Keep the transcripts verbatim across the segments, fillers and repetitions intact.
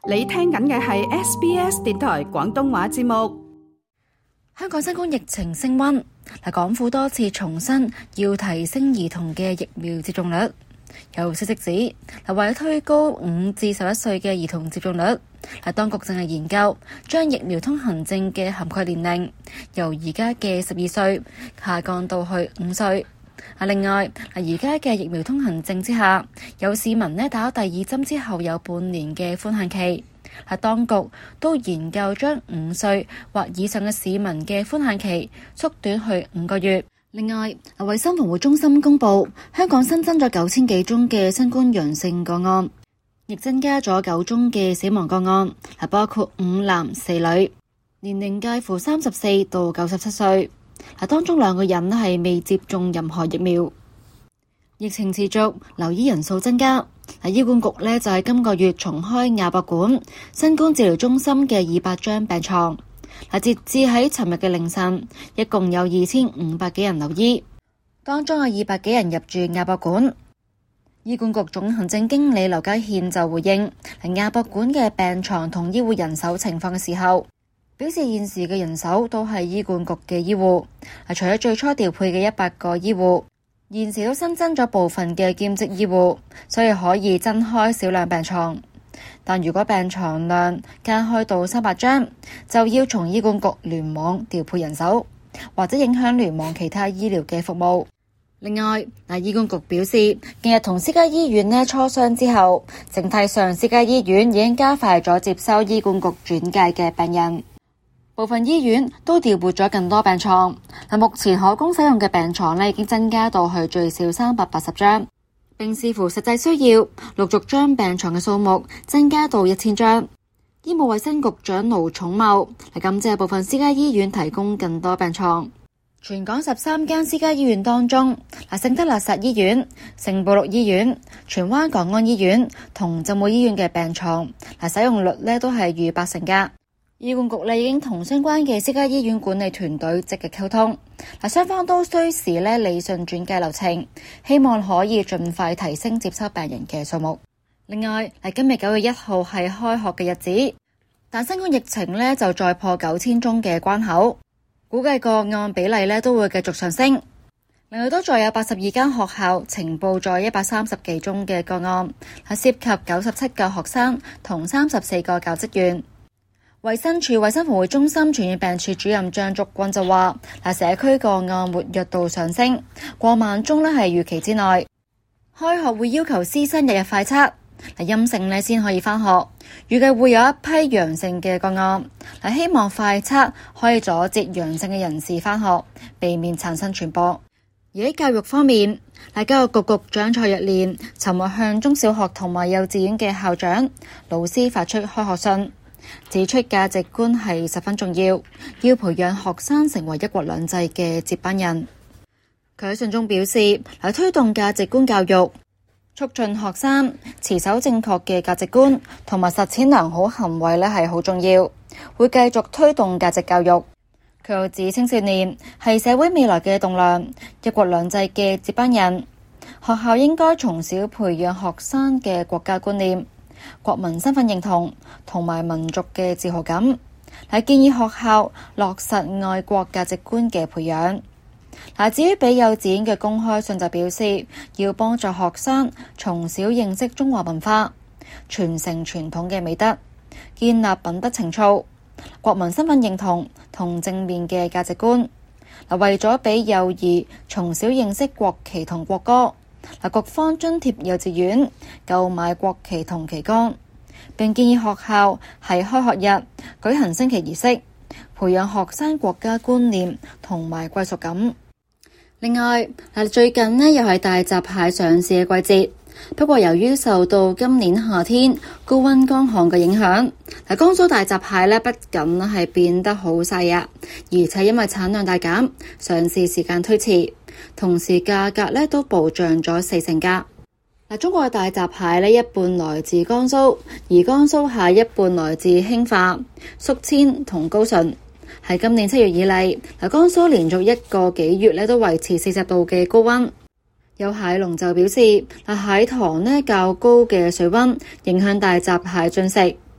你聽緊嘅係 S B S 電台廣東話節目。 香港新冠疫情升溫，港府多次重申要提升兒童嘅疫苗接種率。有消息指，為咗推高五至十一歲嘅兒童接種率，當局正係研究將疫苗通行證嘅涵蓋年齡由而家嘅十二歲下降到去五歲。另外，而家嘅疫苗通行證之下，有市民呢打第二針之後有半年嘅寬限期，當局都研究將五歲或以上嘅市民嘅寬限期縮短去五個月。另外，衛生防護中心公布，香港新增咗九千幾宗嘅新冠陽性個案，亦增加咗九宗嘅死亡個案，係包括五男四女，年齡介乎三十四到九十七歲。當中兩個人係未接種任何疫苗。疫情持續，留醫人數增加。醫管局呢就喺今個月重開亞博館新冠治療中心嘅二百張病床。截至喺尋日嘅凌晨，一共有二千五百幾人留醫，當中有二百幾人入住亞博館。醫管局總行政經理劉家憲就回應亞博館嘅病床同醫護人手情況嘅時候，表示現時嘅人手都係醫管局嘅醫護，除咗最初調配嘅一百個醫護，現時都新增咗部分嘅兼職醫護，所以可以增開少量病床。但如果病床量加開到三百張，就要從醫管局聯網調配人手，或者影響聯網其他醫療嘅服務。另外，嗱，醫管局表示，近日同私家醫院呢磋商之後，整體上私家醫院已經加快咗接收醫管局轉介嘅病人。部分醫院都調撥咗更多病床，目前可供使用嘅病床呢已經增加到去最少三百八十張，並視乎實際需要，陸續將病床嘅數目增加到一千張。醫務衛生局長盧寵茂嚟感謝部分私家醫院提供更多病床。全港十三間私家醫院當中，聖德肋撒醫院、聖保祿醫院、荃灣港安醫院同浸會醫院嘅病床使用率呢都係逾八成㗎。醫管局咧已經同相關嘅私家醫院管理團隊積極溝通，嗱，雙方都需時咧理順轉介流程，希望可以盡快提升接收病人嘅數目。另外，嗱，今日九月一號係開學嘅日子，但新冠疫情咧就再破九千宗嘅關口，估計個案比例咧都會繼續上升。另外，都再有八十二間學校呈報咗一百三十幾宗嘅個案，係涉及九十七個學生同三十四個教職員。衛生署衛生防護中心傳染病處主任張竹君就話，社區個案活躍度上升，過萬宗咧係預期之內。開學會要求師生日日快測，陰性咧先可以返學。預計會有一批陽性嘅個案，希望快測可以阻截陽性嘅人士返學，避免產生傳播。而喺教育方面，教育局局長蔡若蓮尋日向中小學同埋幼稚園嘅校長、老師發出開學信，指出價值觀係十分重要，要培養學生成為一國兩制嘅接班人。佢喺信中表示，喺推動價值觀教育，促進學生持守正確嘅價值觀同埋實踐良好行為咧係好重要，會繼續推動價值教育。佢又指青少年係社會未來嘅棟樑，一國兩制嘅接班人，學校應該從小培養學生嘅國家觀念、國民身份認同同埋民族嘅自豪感，係建議學校落實愛國價值觀嘅培養。嗱，至於俾幼稚園嘅公開信就表示，要幫助學生從小認識中華文化，傳承傳統嘅美德，建立品德情操、國民身份認同同正面嘅價值觀。嗱，為咗俾幼兒從小認識國旗同國歌，嗱，局方津貼幼稚園購買國旗同旗杆，並建議學校喺開學日舉行升旗儀式，培養學生國家觀念同埋歸屬感。另外，最近呢又係大閘蟹上市嘅季節，不過由於受到今年夏天高溫乾旱嘅影響，嗱，江蘇大閘蟹呢不僅係變得好細啊，而且因為產量大減，上市時間推遲，同時價格呢都暴漲咗四成價。嗱，中國嘅大閘蟹呢一半來自江蘇，而江蘇蟹一半來自興化、宿遷同高淳。喺今年七月以嚟，嗱，江蘇連續一個幾月咧都維持四十度嘅高溫。有蟹農就表示，嗱，蟹塘咧較高嘅水溫影響大閘蟹進食，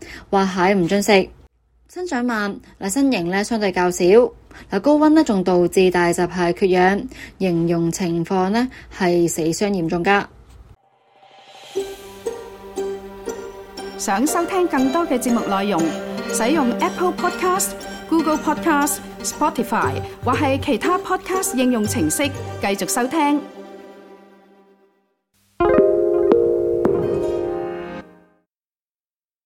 話蟹唔準食。生長慢，嗱身形咧相對較少，嗱高溫咧仲導致大閘蟹缺氧，形容情況咧係死傷嚴重㗎。 想收聽更多嘅節目內容，使用 Apple Podcast、Google Podcast、Spotify 或係其他 Podcast 應用程式繼續收聽。